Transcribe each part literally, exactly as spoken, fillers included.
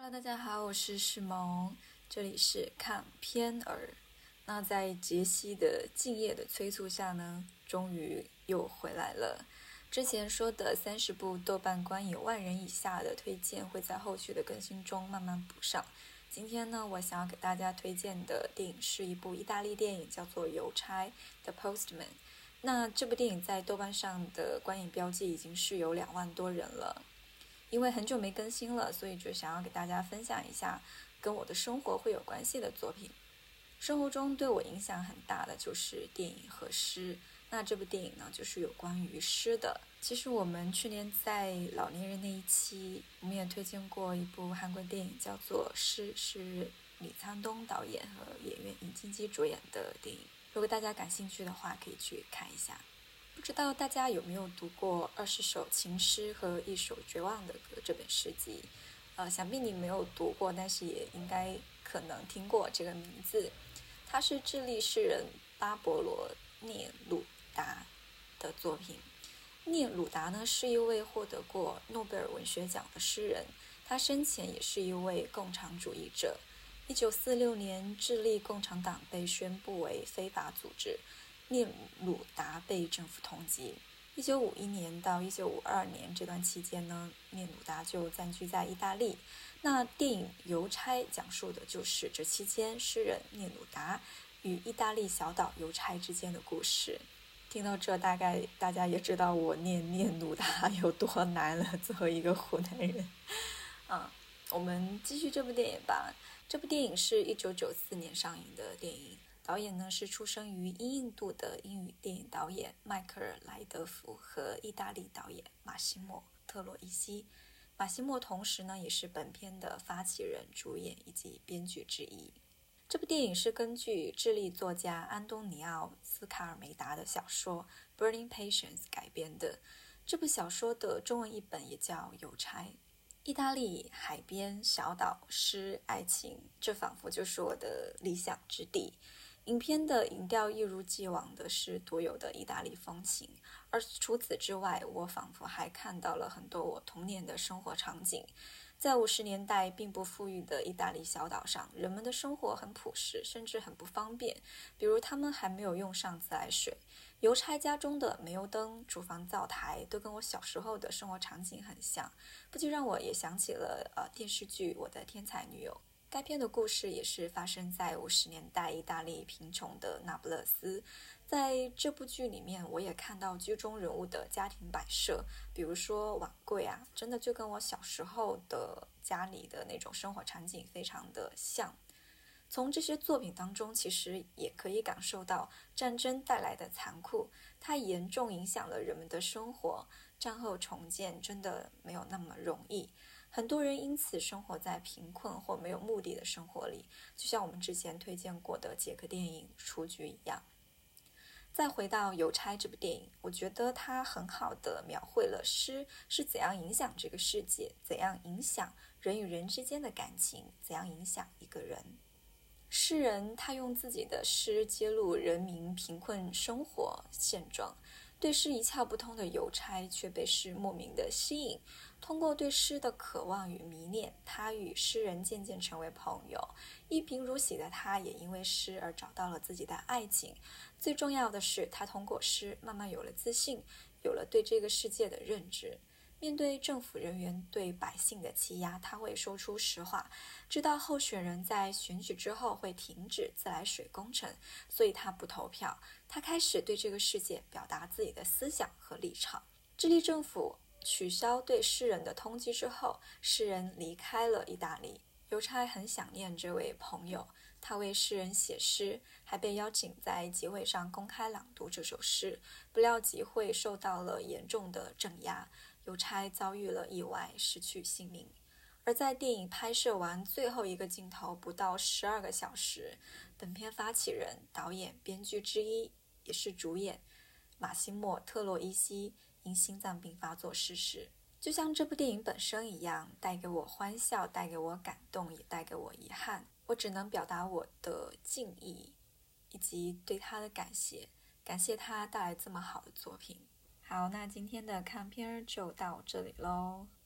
Hello，大家好，我是世萌，这里是看片儿。那在杰西的敬业的催促下呢，终于又回来了。之前说的三十部豆瓣观影万人以下的推荐会在后续的更新中慢慢补上。今天呢，我想要给大家推荐的电影是一部意大利电影，叫做《邮差》The Postman。那这部电影在豆瓣上的观影标记已经是有两万多人了。因为很久没更新了，所以就想要给大家分享一下跟我的生活会有关系的作品。生活中对我影响很大的就是电影和诗。那这部电影呢，就是有关于诗的。其实我们去年在老年人那一期，我们也推荐过一部韩国电影，叫做《诗》，是李沧东导演和演员尹京基主演的电影。如果大家感兴趣的话，可以去看一下。不知道大家有没有读过《二十首情诗和一首绝望的歌》这本诗集？呃，想必你没有读过，但是也应该可能听过这个名字。它是智利诗人巴勃罗·聂鲁达的作品。聂鲁达呢是一位获得过诺贝尔文学奖的诗人，他生前也是一位共产主义者。一九四六年，智利共产党被宣布为非法组织。聂鲁达被政府通缉。一九五一年到一九五二年这段期间呢，聂鲁达就暂居在意大利。那电影《邮差》讲述的就是这期间诗人聂鲁达与意大利小岛邮差之间的故事。听到这，大概大家也知道我念聂鲁达有多难了，作为一个湖南人。嗯，我们继续这部电影吧。这部电影是一九九四年上映的电影。导演呢是出生于英印度的英语电影导演迈克尔·莱德福和意大利导演马西莫·特洛伊西。马西莫同时呢也是本片的发起人、主演以及编剧之一。这部电影是根据智利作家安东尼奥·斯卡尔梅达的小说《Burning Patience》改编的。这部小说的中文译本也叫《邮差》。意大利海边、小岛、诗、爱情，这仿佛就是我的理想之地。影片的影调一如既往的是独有的意大利风情，而除此之外，我仿佛还看到了很多我童年的生活场景。在五十年代并不富裕的意大利小岛上，人们的生活很朴实，甚至很不方便。比如他们还没有用上自来水，邮差家中的煤油灯、厨房灶台都跟我小时候的生活场景很像，不禁让我也想起了呃电视剧《我的天才女友》。该片的故事也是发生在五十年代意大利贫穷的那不勒斯。在这部剧里面，我也看到剧中人物的家庭摆设，比如说碗柜啊，真的就跟我小时候的家里的那种生活场景非常的像。从这些作品当中，其实也可以感受到战争带来的残酷，它严重影响了人们的生活。战后重建真的没有那么容易，很多人因此生活在贫困或没有目的的生活里，就像我们之前推荐过的捷克电影《雏菊》一样。再回到《邮差》这部电影，我觉得它很好地描绘了诗是怎样影响这个世界，怎样影响人与人之间的感情，怎样影响一个人。诗人他用自己的诗揭露人民贫困生活现状，对诗一窍不通的邮差却被诗莫名的吸引，通过对诗的渴望与迷恋，他与诗人渐渐成为朋友。一贫如洗的他也因为诗而找到了自己的爱情。最重要的是，他通过诗慢慢有了自信，有了对这个世界的认知。面对政府人员对百姓的欺压，他会说出实话，知道候选人在选举之后会停止自来水工程，所以他不投票。他开始对这个世界表达自己的思想和立场。智利政府取消对诗人的通缉之后，诗人离开了意大利。邮差很想念这位朋友，他为诗人写诗，还被邀请在集会上公开朗读这首诗。不料集会受到了严重的镇压，邮差遭遇了意外，失去性命。而在电影拍摄完最后一个镜头不到十二个小时，本片发起人、导演、编剧之一，也是主演马西莫·特洛伊西因心脏病发作逝世。就像这部电影本身一样，带给我欢笑，带给我感动，也带给我遗憾。我只能表达我的敬意，以及对他的感谢，感谢他带来这么好的作品。好，那今天的看片就到这里咯。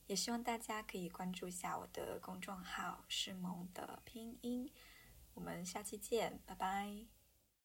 也希望大家可以关注一下我的公众号“诗萌”的拼音。我们下期见，拜拜。